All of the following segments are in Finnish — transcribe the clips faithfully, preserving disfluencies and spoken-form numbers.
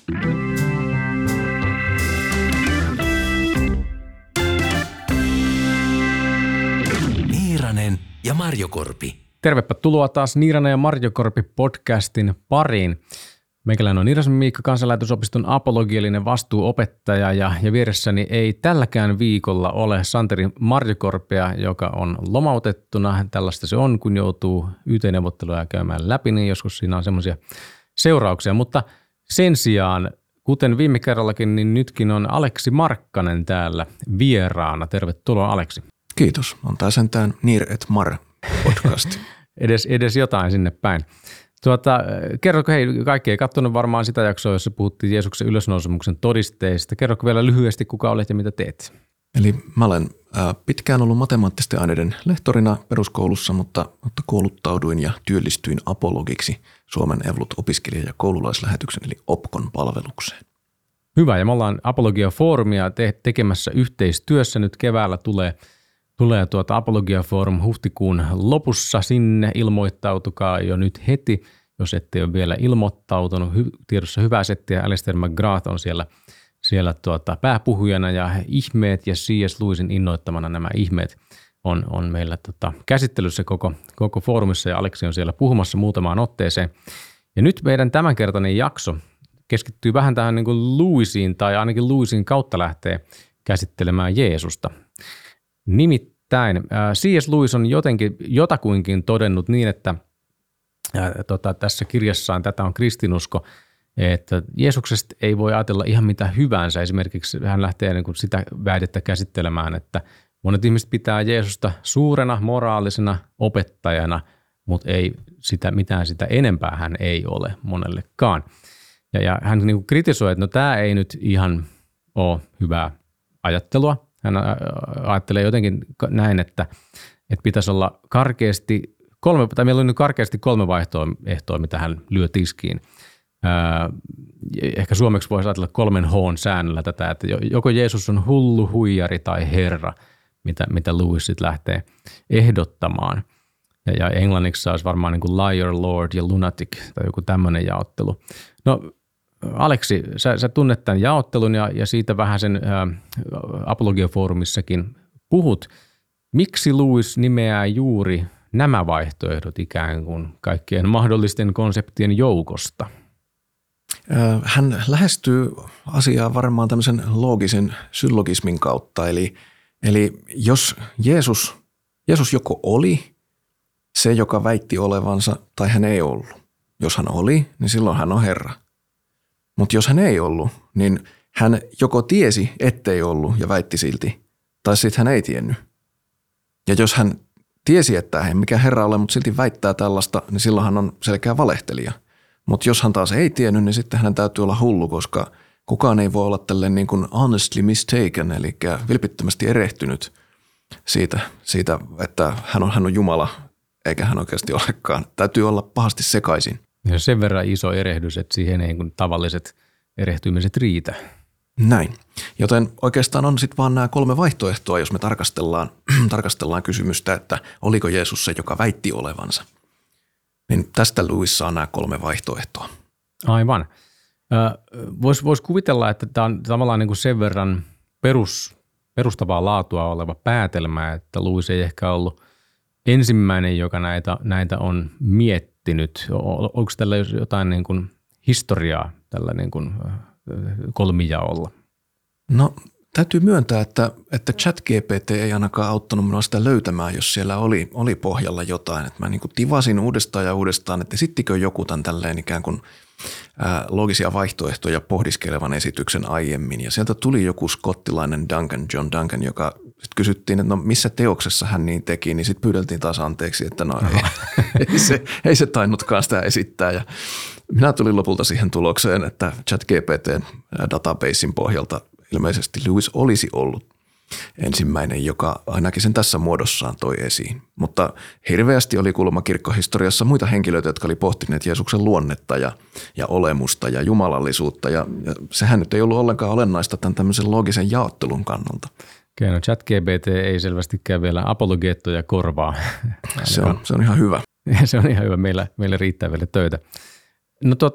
Niiranen ja Marjokorpi. Tervepä tuloa taas Niiranen ja Marjokorpi podcastin pariin. Meikäläinen on Niirasen Miikka, kansanlähetysopiston apologiallinen vastuuopettaja ja, ja vieressäni ei tälläkään viikolla ole Santeri Marjokorpea, joka on lomautettuna. Tällaista se on, kun joutuu Y T-neuvotteluja käymään läpi, niin joskus siinä on semmoisia seurauksia. Mutta sen sijaan, kuten viime kerrallakin, niin nytkin on Aleksi Markkanen täällä vieraana. Tervetuloa Aleksi. Kiitos. On tää sentään Niir et Mar podcast. edes, edes jotain sinne päin. Tuota, kerrotko, hei, kaikki ei katsonut varmaan sitä jaksoa, jossa puhuttiin Jeesuksen ylösnousemuksen todisteista. Kerrotko vielä lyhyesti, kuka olet ja mitä teet? Eli mä olen ää, pitkään ollut matemaattisten aineiden lehtorina peruskoulussa, mutta, mutta kouluttauduin ja työllistyin apologiksi Suomen Evlut-opiskelija- ja koululaislähetyksen eli OPKon palvelukseen. Hyvä, ja me ollaan Apologia-foorumia te- tekemässä yhteistyössä. Nyt keväällä tulee Tulee tuota Apologia Forum huhtikuun lopussa sinne. Ilmoittautukaa jo nyt heti, jos ette ole vielä ilmoittautunut. Hy- tiedossa hyvä setti ja Alistair McGrath on siellä, siellä tuota pääpuhujana ja ihmeet ja C S Lewisin innoittamana nämä ihmeet on, on meillä tota käsittelyssä koko, koko foorumissa ja Aleksi on siellä puhumassa muutamaan otteeseen. Ja nyt meidän tämänkertainen jakso keskittyy vähän tähän niin kuin Lewisiin tai ainakin Lewisin kautta lähtee käsittelemään Jeesusta. Nimittäin C S Lewis on jotenkin jotakuinkin todennut niin, että ää, tota, tässä kirjassaan tätä on kristinusko, että Jeesuksesta ei voi ajatella ihan mitä hyvänsä. Esimerkiksi hän lähtee niin kuin sitä väitettä käsittelemään, että monet ihmiset pitää Jeesusta suurena, moraalisena opettajana, mutta ei sitä, mitään sitä enempää hän ei ole monellekaan. Ja, ja hän niin kuin kritisoi, että no tämä ei nyt ihan ole hyvää ajattelua. Hän ajattelee jotenkin näin, että, että pitäisi olla karkeasti kolme, tai meillä on nyt karkeasti kolme vaihtoehtoa, mitä hän lyö tiskiin. Ää, ehkä suomeksi voisi ajatella kolmen H:n säännöllä tätä, että joko Jeesus on hullu, huijari tai herra, mitä, mitä Lewis sitten lähtee ehdottamaan. Ja, ja englanniksi olisi varmaan niin kuin liar, lord ja lunatic tai joku tämmöinen jaottelu. No, Aleksi, sä, sä tunnet tämän jaottelun ja, ja siitä vähän sen ä, Apologia-foorumissakin puhut. Miksi Lewis nimeää juuri nämä vaihtoehdot ikään kuin kaikkien mahdollisten konseptien joukosta? Hän lähestyy asiaa varmaan tämmöisen loogisen syllogismin kautta. Eli, eli jos Jeesus, Jeesus joko oli se, joka väitti olevansa, tai hän ei ollut. Jos hän oli, niin silloin hän on Herra. Mutta jos hän ei ollut, niin hän joko tiesi, ettei ollut ja väitti silti, tai sitten hän ei tiennyt. Ja jos hän tiesi, että hän mikä Herra ole, mutta silti väittää tällaista, niin silloin hän on selkeä valehtelija. Mutta jos hän taas ei tiennyt, niin sitten hänen täytyy olla hullu, koska kukaan ei voi olla tälleen niin kuin honestly mistaken, eli vilpittömästi erehtynyt siitä, siitä, että hän on, hän on Jumala, eikä hän oikeasti olekaan. Täytyy olla pahasti sekaisin. Ja sen verran iso erehdys, että siihen ei kun tavalliset erehtymiset riitä. Näin. Joten oikeastaan on sitten vaan nämä kolme vaihtoehtoa, jos me tarkastellaan, tarkastellaan kysymystä, että oliko Jeesus se, joka väitti olevansa. Niin tästä Lewis saa nämä kolme vaihtoehtoa. Aivan. Voisi vois kuvitella, että tämä on tavallaan niin kuin sen verran perus, perustavaa laatua oleva päätelmä, että Lewis ei ehkä ollut ensimmäinen, joka näitä, näitä on miettinyt. Onko tällä jotain niin kuin historiaa tällä niin kuin kolmijaolla? No täytyy myöntää, että, että ChatGPT ei ainakaan auttanut minua sitä löytämään, jos siellä oli, oli pohjalla jotain. Että mä niin kuin tivasin uudestaan ja uudestaan, että esittikö joku tämän tälleen ikään kuin ää, loogisia vaihtoehtoja pohdiskelevan esityksen aiemmin. Ja sieltä tuli joku skottilainen Duncan, John Duncan, joka sitten kysyttiin, että no missä teoksessa hän niin teki, niin sitten pyydeltiin taas anteeksi, että no ei, ei, se, ei se tainnutkaan sitä esittää. Ja minä tulin lopulta siihen tulokseen, että ChatGPTn databasein pohjalta ilmeisesti Lewis olisi ollut ensimmäinen, joka ainakin sen tässä muodossaan toi esiin. Mutta hirveästi oli kuulemma kirkkohistoriassa muita henkilöitä, jotka oli pohtineet Jeesuksen luonnetta ja, ja olemusta ja jumalallisuutta. Ja, ja sehän nyt ei ollut ollenkaan olennaista tämän tämmöisen loogisen jaottelun kannalta. Okei, no ChatGPT ei selvästikään vielä apologeettoja korvaa. Se on, se on ihan hyvä. Se on ihan hyvä. Meillä, meillä riittää vielä töitä. No tota,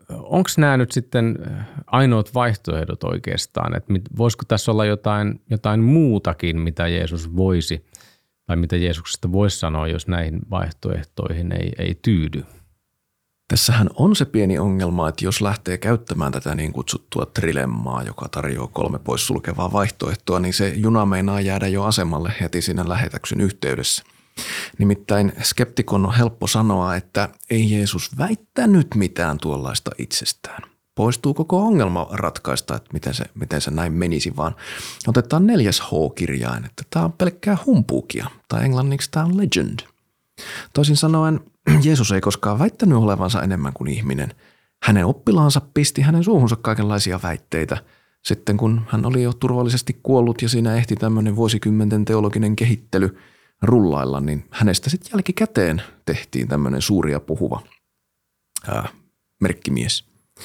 onko nämä nyt sitten ainoat vaihtoehdot oikeastaan, että voisiko tässä olla jotain, jotain muutakin, mitä Jeesus voisi tai mitä Jeesuksesta voisi sanoa, jos näihin vaihtoehtoihin ei, ei tyydy? Tässähän on se pieni ongelma, että jos lähtee käyttämään tätä niin kutsuttua trilemmaa, joka tarjoaa kolme poissulkevaa vaihtoehtoa, niin se juna meinaa jäädä jo asemalle heti siinä lähetäksyn yhteydessä. Nimittäin skeptikon on helppo sanoa, että ei Jeesus väittänyt mitään tuollaista itsestään. Poistuu koko ongelma ratkaista, että miten se, miten se näin menisi, vaan otetaan neljäs H-kirjain, että tämä on pelkkää humpuukia, tai englanniksi tämä on legend. Toisin sanoen, Jeesus ei koskaan väittänyt olevansa enemmän kuin ihminen. Hänen oppilaansa pisti hänen suuhunsa kaikenlaisia väitteitä. Sitten kun hän oli jo turvallisesti kuollut ja siinä ehti tämmöinen vuosikymmenten teologinen kehittely rullailla, niin hänestä sitten jälkikäteen tehtiin tämmöinen suuri ja puhuva ää, merkkimies.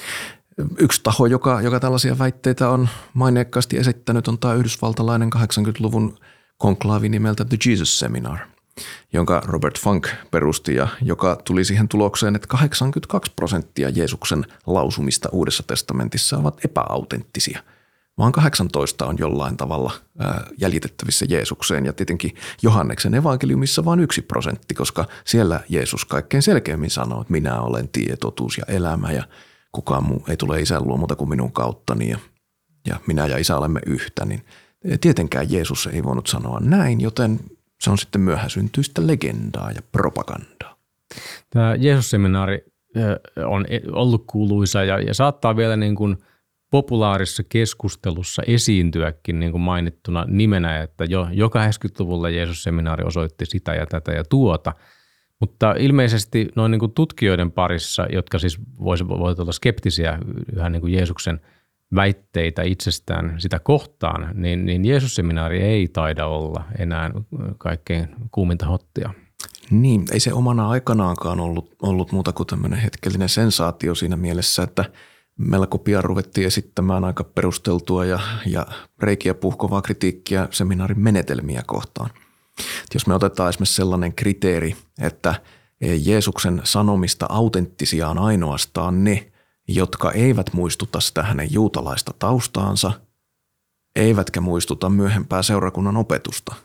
Yksi taho, joka, joka tällaisia väitteitä on maineikkaasti esittänyt, on tämä yhdysvaltalainen kahdeksankymmentäluvun konklaavi nimeltä The Jesus Seminar, jonka Robert Funk perusti ja joka tuli siihen tulokseen, että kahdeksankymmentäkaksi prosenttia Jeesuksen lausumista Uudessa testamentissa ovat epäautenttisia, vaan kahdeksantoista on jollain tavalla jäljitettävissä Jeesukseen ja tietenkin Johanneksen evankeliumissa vain yksi prosentti, koska siellä Jeesus kaikkein selkeämmin sanoo, että minä olen tie, totuus ja elämä ja kukaan muu ei tule isän luo muuta kuin minun kauttani ja, ja minä ja isä olemme yhtä, niin tietenkään Jeesus ei voinut sanoa näin, joten se on sitten myöhäsyntyistä legendaa ja propagandaa. Tämä Jeesus-seminaari on ollut kuuluisa ja, ja saattaa vielä niin kuin populaarisessa keskustelussa esiintyäkin niin kuin mainittuna nimenä, että jo, jo kahdeksankymmentäluvulla Jeesus-seminaari osoitti sitä ja tätä ja tuota. Mutta ilmeisesti noin niin kuin tutkijoiden parissa, jotka siis voisivat olla skeptisiä yhä niin kuin Jeesuksen väitteitä itsestään sitä kohtaan, niin, niin Jeesus-seminaari ei taida olla enää kaikkein kuuminta hottia. Niin, ei se omana aikanaankaan ollut, ollut muuta kuin tämmöinen hetkellinen sensaatio siinä mielessä, että melko pian ruvettiin esittämään aika perusteltua ja, ja reikiä puhkovaa kritiikkiä seminaarin menetelmiä kohtaan. Et jos me otetaan esimerkiksi sellainen kriteeri, että Jeesuksen sanomista autenttisia on ainoastaan ne, jotka eivät muistuta sitä hänen juutalaista taustaansa, eivätkä muistuta myöhempää seurakunnan opetusta,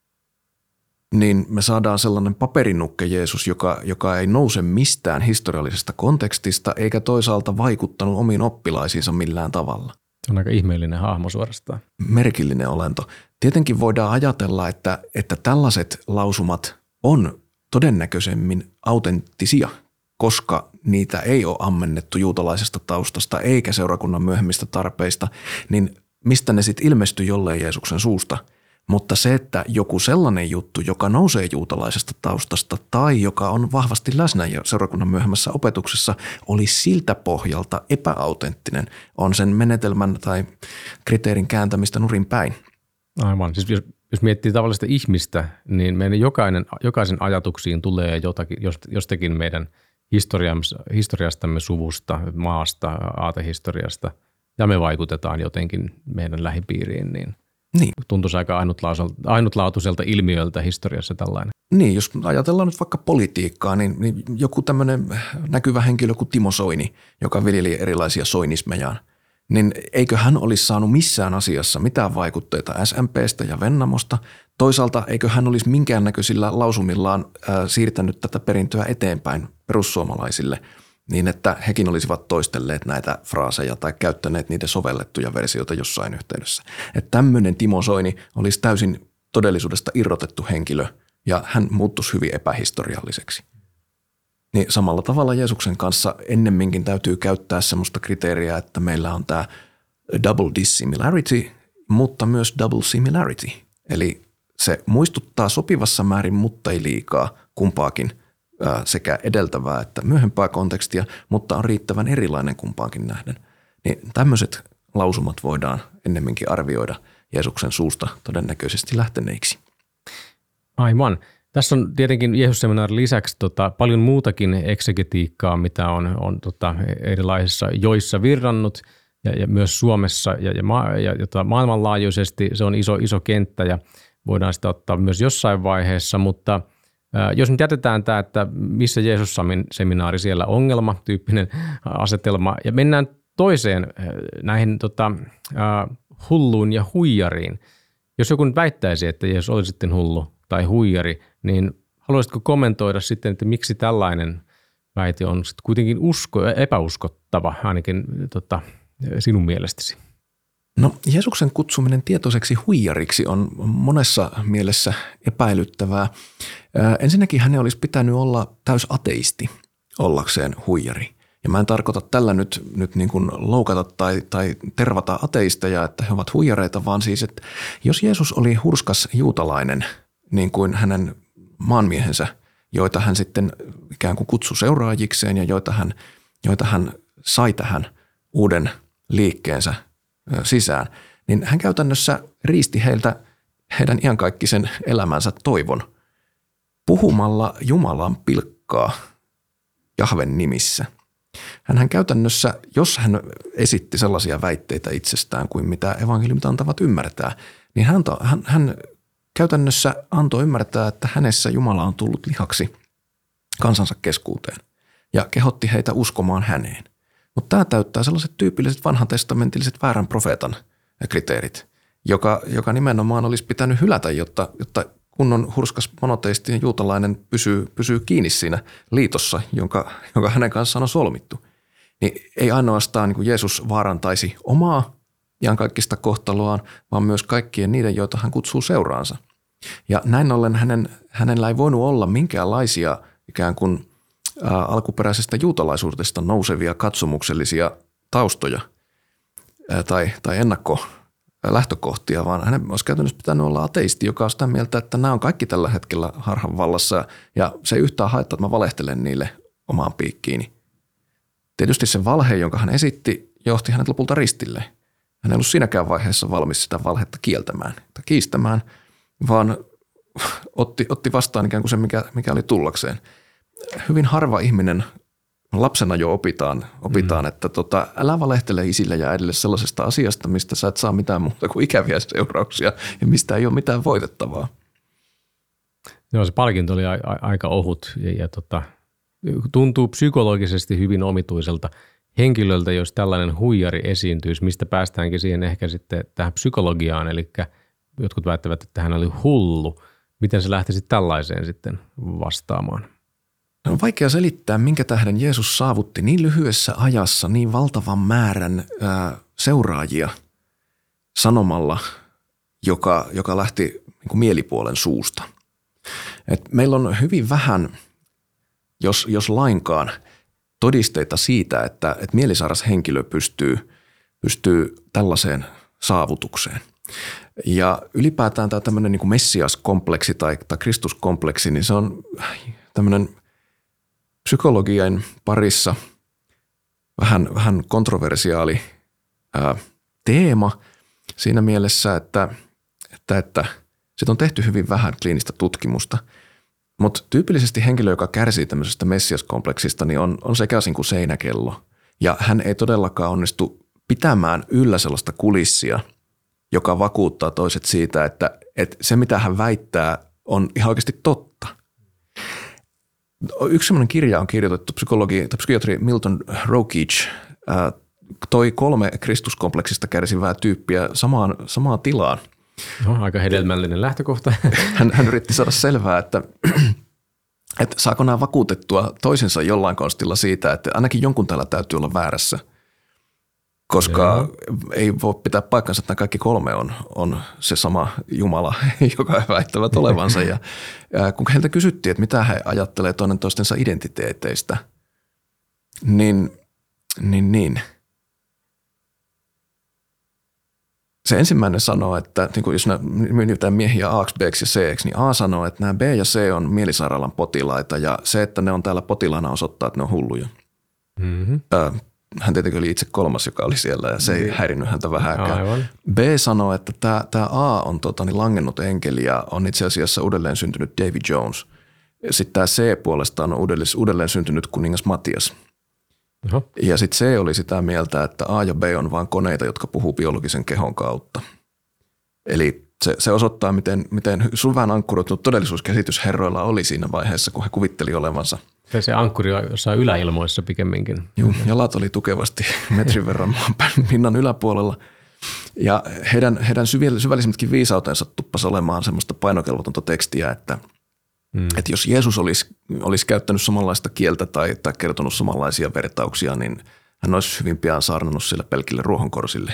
niin me saadaan sellainen paperinukke Jeesus, joka, joka ei nouse mistään historiallisesta kontekstista eikä toisaalta vaikuttanut omiin oppilaisiinsa millään tavalla. Se on aika ihmeellinen hahmo suorastaan. Merkillinen olento. Tietenkin voidaan ajatella, että, että tällaiset lausumat on todennäköisemmin autenttisia, koska niitä ei ole ammennettu juutalaisesta taustasta eikä seurakunnan myöhemmistä tarpeista, niin mistä ne sitten ilmestyy jollei Jeesuksen suusta. Mutta se, että joku sellainen juttu, joka nousee juutalaisesta taustasta tai joka on vahvasti läsnä seurakunnan myöhemmässä opetuksessa, oli siltä pohjalta epäautenttinen, on sen menetelmän tai kriteerin kääntämistä nurin päin. Aivan. Siis jos, jos miettii tavallista ihmistä, niin meidän jokainen, jokaisen ajatuksiin tulee jotakin, jostakin meidän historiastamme, suvusta, maasta, aatehistoriasta ja me vaikutetaan jotenkin meidän lähipiiriin, niin Niin. Tuntuisi aika ainutlaatuiselta ilmiöltä historiassa tällainen. Niin, jos ajatellaan nyt vaikka politiikkaa, niin, niin joku tämmöinen näkyvä henkilö kuin Timo Soini, joka viljeli erilaisia soinismejaan, niin eikö hän olisi saanut missään asiassa mitään vaikutteita S M P:stä ja Vennamosta. Toisaalta eikö hän olisi minkäännäköisillä lausumillaan äh, siirtänyt tätä perintöä eteenpäin perussuomalaisille, niin että hekin olisivat toistelleet näitä fraaseja tai käyttäneet niiden sovellettuja versioita jossain yhteydessä. Että tämmöinen Timo Soini olisi täysin todellisuudesta irrotettu henkilö ja hän muuttuisi hyvin epähistorialliseksi. Niin samalla tavalla Jeesuksen kanssa ennemminkin täytyy käyttää semmoista kriteeriä, että meillä on tämä double dissimilarity, mutta myös double similarity. Eli se muistuttaa sopivassa määrin, mutta ei liikaa kumpaakin sekä edeltävää että myöhempää kontekstia, mutta on riittävän erilainen kumpaankin nähden. Niin tämmöiset lausumat voidaan ennemminkin arvioida Jeesuksen suusta todennäköisesti lähteneiksi. Aivan. Tässä on tietenkin Jeesus-seminaarin lisäksi tota, paljon muutakin eksegetiikkaa, mitä on, on tota, erilaisissa joissa virrannut ja, ja myös Suomessa ja, ja, ma- ja jota maailmanlaajuisesti se on iso, iso kenttä ja voidaan sitä ottaa myös jossain vaiheessa, mutta Jos nyt jätetään tämä, että missä Jeesus-seminaari siellä ongelma, tyyppinen asetelma, ja mennään toiseen näihin tota, uh, hulluun ja huijariin. Jos joku nyt väittäisi, että Jeesus oli sitten hullu tai huijari, niin haluaisitko kommentoida sitten, että miksi tällainen väite on sitten kuitenkin usko, epäuskottava ainakin tota, sinun mielestäsi? No Jeesuksen kutsuminen tietoiseksi huijariksi on monessa mielessä epäilyttävää. Ensinnäkin hänen olisi pitänyt olla täys ateisti ollakseen huijari. Ja mä en tarkoita tällä nyt, nyt niin kuin loukata tai, tai tervata ateisteja, että he ovat huijareita, vaan siis, että jos Jeesus oli hurskas juutalainen, niin kuin hänen maanmiehensä, joita hän sitten ikään kuin kutsui seuraajikseen ja joita hän, joita hän sai tähän uuden liikkeensä sisään, niin hän käytännössä riisti heiltä heidän iankaikkisen elämänsä toivon puhumalla Jumalan pilkkaa Jahven nimissä. Hänhän käytännössä, jos hän esitti sellaisia väitteitä itsestään kuin mitä evankeliumit antavat ymmärtää, niin hän, hän, hän käytännössä antoi ymmärtää, että hänessä Jumala on tullut lihaksi kansansa keskuuteen ja kehotti heitä uskomaan häneen. Mutta tämä täyttää sellaiset tyypilliset vanhantestamentilliset väärän profeetan kriteerit, joka, joka nimenomaan olisi pitänyt hylätä, jotta, jotta kunnon hurskas monoteistinen juutalainen pysyy, pysyy kiinni siinä liitossa, jonka, jonka hänen kanssaan on solmittu. Niin ei ainoastaan niin kuin Jeesus vaarantaisi omaa iankaikkista kohtaloaan, vaan myös kaikkien niiden, joita hän kutsuu seuraansa. Ja näin ollen hänen, hänellä ei voinut olla minkäänlaisia ikään kuin ä, alkuperäisestä juutalaisuudesta nousevia katsomuksellisia taustoja ä, tai, tai ennakkolähtökohtia, vaan hänen olisi käytännössä pitänyt olla ateisti, joka on sitä mieltä, että nämä on kaikki tällä hetkellä harhan vallassa ja se ei yhtään haittaa, että mä valehtelen niille omaan piikkiini. Tietysti se valhe, jonka hän esitti, johti hänet lopulta ristille. Hän ei ollut siinäkään vaiheessa valmis sitä valhetta kieltämään tai kiistämään, vaan otti, otti vastaan ikään kuin se, mikä, mikä oli tullakseen. Hyvin harva ihminen lapsena jo opitaan, opitaan mm. että tota, älä valehtele isille ja äidille sellaisesta asiasta, mistä sä et saa mitään muuta kuin ikäviä seurauksia ja mistä ei ole mitään voitettavaa. Joo, se palkinto oli a- a- aika ohut ja, ja tota, tuntuu psykologisesti hyvin omituiselta henkilöltä, jos tällainen huijari esiintyisi, mistä päästäänkin siihen ehkä sitten tähän psykologiaan, eli jotkut väittävät, että hän oli hullu. Miten se lähtisi tällaiseen sitten vastaamaan? On vaikea selittää, minkä tähden Jeesus saavutti niin lyhyessä ajassa niin valtavan määrän ää, seuraajia sanomalla, joka, joka lähti niin kuin mielipuolen suusta. Et meillä on hyvin vähän, jos, jos lainkaan, todisteita siitä, että, että mielisairas henkilö pystyy, pystyy tällaiseen saavutukseen. Ja ylipäätään tämä tämmöinen niin kuin messiaskompleksi tai, tai kristuskompleksi, niin se on tämmöinen psykologian parissa vähän, vähän kontroversiaali ää, teema siinä mielessä, että, että, että siitä on tehty hyvin vähän kliinistä tutkimusta. Mutta tyypillisesti henkilö, joka kärsii tämmöisestä messiaskompleksista, niin on, on sekaisin kuin seinäkello. Ja hän ei todellakaan onnistu pitämään yllä sellaista kulissia, joka vakuuttaa toiset siitä, että, että se mitä hän väittää on ihan oikeasti totta. Yksi sellainen kirja on kirjoitettu, psykologi, tai psykiatri Milton Rokeach ää, toi kolme kristuskompleksista kärsivää tyyppiä samaan, samaan tilaan. No, aika hedelmällinen lähtökohta. Hän, hän yritti saada selvää, että, että saako nämä vakuutettua toisensa jollain konstilla siitä, että ainakin jonkun täällä täytyy olla väärässä, koska Joo. ei voi pitää paikkansa, että nämä kaikki kolme on, on se sama Jumala, joka väittävät olevansa. Ja, ja kun heiltä kysyttiin, että mitä he ajattelee toinen toistensa identiteeteistä, niin, niin, niin. Se ensimmäinen sanoo, että niin jos myydään miehiä A, B ja C, niin A sanoo, että nämä B ja C on mielisairaalan potilaita ja se, että ne on täällä potilaana osoittaa, että ne on hulluja. Mm-hmm. Hän tietenkin oli itse kolmas, joka oli siellä ja se ei häirinnyt häntä vähäkään. Aivan. B sanoo, että tämä, tämä A on tota, niin langennut enkeli ja on itse asiassa uudelleen syntynyt Davy Jones. Sitten tämä C puolestaan on uudelleen, uudelleen syntynyt kuningas Matias. Oho. Ja sitten C oli sitä mieltä, että A ja B on vain koneita, jotka puhuu biologisen kehon kautta. Eli Se, se osoittaa, miten, miten syvään ankkuroitunut todellisuuskäsitys herroilla oli siinä vaiheessa, kun he kuvitteli olevansa. Se, se ankkuri on jossain yläilmoissa pikemminkin. Juu, jalat oli tukevasti metrin verran pinnan yläpuolella. Ja heidän, heidän syvällisimmätkin viisautensa tuppasi olemaan semmoista painokelvotonta tekstiä, että, mm. että jos Jeesus olisi, olisi käyttänyt samanlaista kieltä tai, tai kertonut samanlaisia vertauksia, niin hän olisi hyvin pian saarnannut sillä pelkille ruohonkorsille.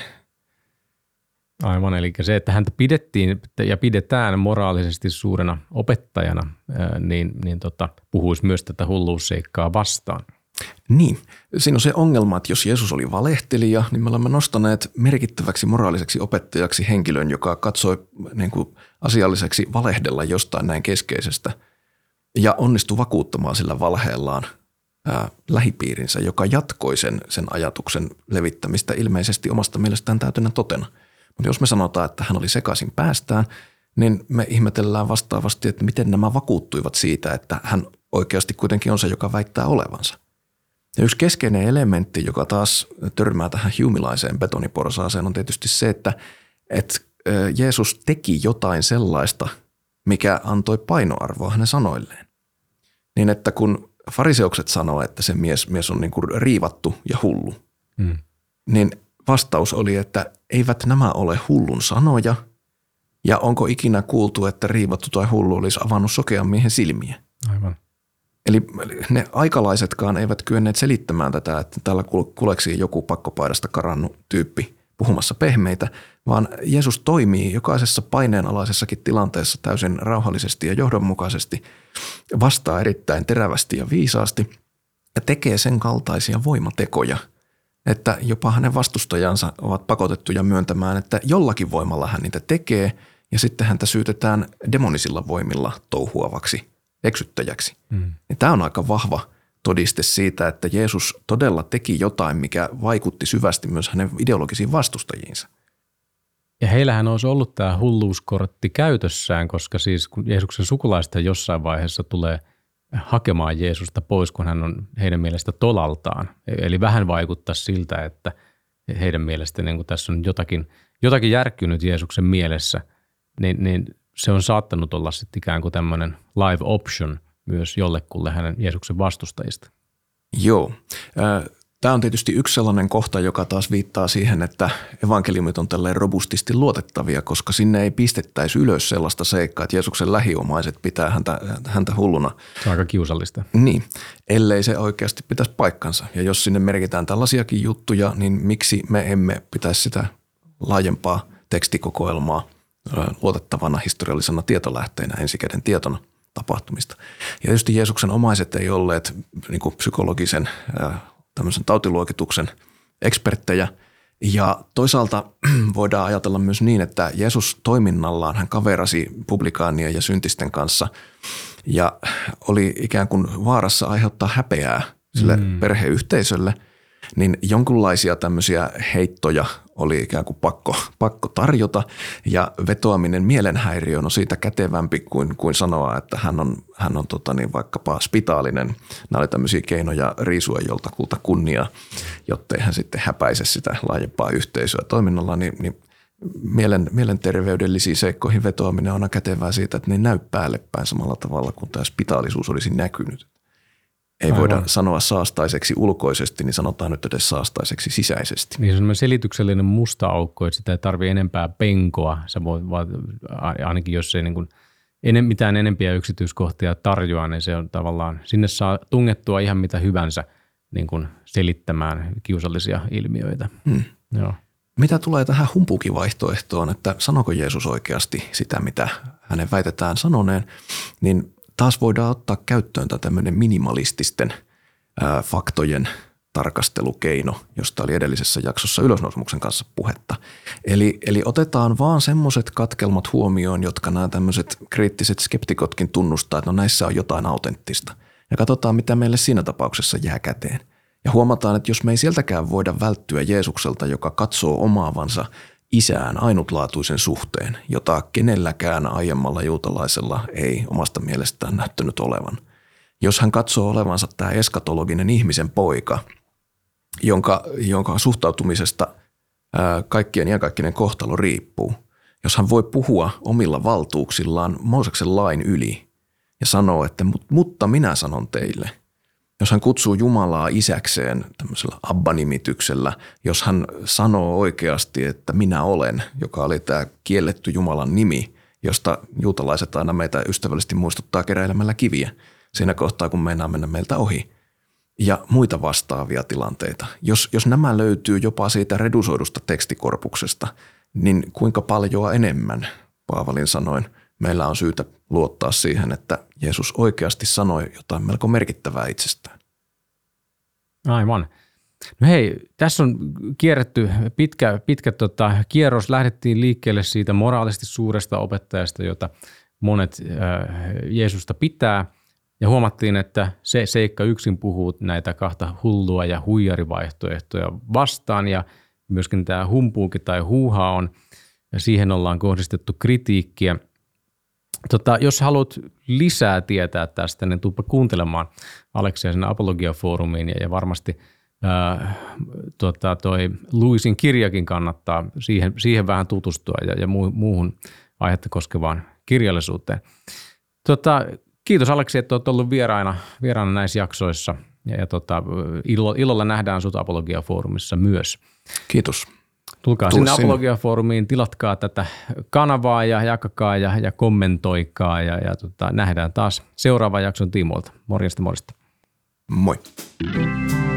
Aivan, eli se, että häntä pidettiin ja pidetään moraalisesti suurena opettajana, niin, niin tota, puhuisi myös tätä hulluusseikkaa vastaan. Niin, siinä on se ongelma, että jos Jeesus oli valehtelija, niin me olemme nostaneet merkittäväksi moraaliseksi opettajaksi henkilön, joka katsoi niin kuin asialliseksi valehdella jostain näin keskeisestä ja onnistui vakuuttamaan sillä valheellaan ää, lähipiirinsä, joka jatkoi sen, sen ajatuksen levittämistä ilmeisesti omasta mielestään täytänä totena. Mutta jos me sanotaan, että hän oli sekaisin päästään, niin me ihmetellään vastaavasti, että miten nämä vakuuttuivat siitä, että hän oikeasti kuitenkin on se, joka väittää olevansa. Ja yksi keskeinen elementti, joka taas törmää tähän humilaiseen betoniporsaaseen, on tietysti se, että, että Jeesus teki jotain sellaista, mikä antoi painoarvoa hänen sanoilleen. Niin, että kun fariseukset sanoo, että se mies, mies on niin kuin riivattu ja hullu, mm. niin vastaus oli, että eivät nämä ole hullun sanoja, ja onko ikinä kuultu, että riivattu tai hullu olisi avannut sokean miehen silmiä. Aivan. Eli ne aikalaisetkaan eivät kyenneet selittämään tätä, että täällä kuleksii joku pakkopaidasta karannut tyyppi puhumassa pehmeitä, vaan Jeesus toimii jokaisessa paineenalaisessakin tilanteessa täysin rauhallisesti ja johdonmukaisesti, vastaa erittäin terävästi ja viisaasti ja tekee sen kaltaisia voimatekoja, että jopa hänen vastustajansa ovat pakotettuja myöntämään, että jollakin voimalla hän niitä tekee ja sitten häntä syytetään demonisilla voimilla touhuavaksi eksyttäjäksi. Mm. Tämä on aika vahva todiste siitä, että Jeesus todella teki jotain, mikä vaikutti syvästi myös hänen ideologisiin vastustajiinsa. Ja heillähän olisi ollut tämä hulluuskortti käytössään, koska siis kun Jeesuksen sukulaiset jossain vaiheessa tulee hakemaan Jeesusta pois, kun hän on heidän mielestä tolaltaan. Eli vähän vaikuttaa siltä, että heidän mielestä niin kun tässä on jotakin, jotakin järkkynyt Jeesuksen mielessä, niin, niin se on saattanut olla sitten ikään kuin tämmöinen live option myös jollekulle hänen Jeesuksen vastustajista. Joo. Tämä on tietysti yksi sellainen kohta, joka taas viittaa siihen, että evankeliumit on tälleen robustisti luotettavia, koska sinne ei pistettäisi ylös sellaista seikkaa, että Jeesuksen lähiomaiset pitää häntä, häntä hulluna. Se on aika kiusallista. Niin, ellei se oikeasti pitäisi paikkansa. Ja jos sinne merkitään tällaisiakin juttuja, niin miksi me emme pitäisi sitä laajempaa tekstikokoelmaa luotettavana historiallisena tietolähteenä, ensikäden tietona tapahtumista. Ja tietysti Jeesuksen omaiset ei olleet niin kuin psykologisen tämmöisen tautiluokituksen eksperttejä. Ja toisaalta voidaan ajatella myös niin, että Jeesus toiminnallaan hän kaverasi publikaanien ja syntisten kanssa ja oli ikään kuin vaarassa aiheuttaa häpeää sille mm. perheyhteisölle, niin jonkunlaisia tämmöisiä heittoja oli ikään kuin pakko, pakko tarjota ja vetoaminen mielenhäiriöön on siitä kätevämpi kuin, kuin sanoa, että hän on, hän on tota niin, vaikkapa spitaalinen. Nämä oli tämmöisiä keinoja riisua joltakulta kunniaa, jottei hän sitten häpäise sitä laajempaa yhteisöä toiminnalla, niin, niin mielen, mielenterveydellisiin seikkoihin vetoaminen on aina kätevää siitä, että ne näy päälle päin samalla tavalla kuin tämä spitaalisuus olisi näkynyt. Ei Aivan. voida sanoa saastaiseksi ulkoisesti, niin sanotaan nyt edes saastaiseksi sisäisesti. Niin se on semmoinen selityksellinen musta aukko, että sitä ei tarvitse enempää penkoa. Sä voit, ainakin jos ei niin kuin enem, mitään enempiä yksityiskohtia tarjoa, niin se on tavallaan, sinne saa tungettua ihan mitä hyvänsä niin kuin selittämään kiusallisia ilmiöitä. Hmm. Joo. Mitä tulee tähän humpukivaihtoehtoon, että sanoko Jeesus oikeasti sitä, mitä hänen väitetään sanoneen, niin taas voidaan ottaa käyttöön tämmöinen minimalististen ää, faktojen tarkastelukeino, josta oli edellisessä jaksossa ylösnousemuksen kanssa puhetta. Eli, eli otetaan vaan semmoiset katkelmat huomioon, jotka nämä tämmöiset kriittiset skeptikotkin tunnustaa, että no näissä on jotain autenttista. Ja katsotaan, mitä meille siinä tapauksessa jää käteen. Ja huomataan, että jos me ei sieltäkään voida välttyä Jeesukselta, joka katsoo omaavansa isään ainutlaatuisen suhteen, jota kenelläkään aiemmalla juutalaisella ei omasta mielestään näyttänyt olevan. Jos hän katsoo olevansa tämä eskatologinen ihmisen poika, jonka, jonka suhtautumisesta ää, kaikkien iankaikkinen kohtalo riippuu, jos hän voi puhua omilla valtuuksillaan Mooseksen lain yli ja sanoo, että mutta minä sanon teille. Jos hän kutsuu Jumalaa isäkseen tämmöisellä Abba-nimityksellä, jos hän sanoo oikeasti, että minä olen, joka oli tämä kielletty Jumalan nimi, josta juutalaiset aina meitä ystävällisesti muistuttaa keräilemällä kiviä siinä kohtaa, kun meinaa mennä meiltä ohi. Ja muita vastaavia tilanteita. Jos, jos nämä löytyy jopa siitä redusoidusta tekstikorpuksesta, niin kuinka paljon enemmän, Paavalin sanoin, meillä on syytä luottaa siihen, että Jeesus oikeasti sanoi jotain melko merkittävää itsestään. Aivan. No hei, tässä on kierretty pitkä, pitkä tota, kierros. Lähdettiin liikkeelle siitä moraalisesti suuresta opettajasta, jota monet äh, Jeesusta pitää. Ja huomattiin, että se seikka yksin puhuu näitä kahta hullua ja huijarivaihtoehtoja vastaan. Ja myöskin tämä humpuuki tai huuha on, ja siihen ollaan kohdistettu kritiikkiä. Tota, jos haluat lisää tietää tästä, niin tuuppa kuuntelemaan Aleksia sinne Apologia-foorumiin ja, ja varmasti ää, tota, toi Louisin kirjakin kannattaa siihen, siihen vähän tutustua ja, ja muuhun aihetta koskevaan kirjallisuuteen. Tota, kiitos Aleksi, että olet ollut vieraana, vieraana näissä jaksoissa ja, ja tota, ilo, ilolla nähdään sut Apologia-foorumissa myös. Kiitos. Tulkaa sinne Apologia-foorumiin, tilatkaa tätä kanavaa ja jakakaa ja, ja kommentoikaa ja, ja tota, nähdään taas seuraavan jakson tiimoilta. Morjesta, morjesta. Moi.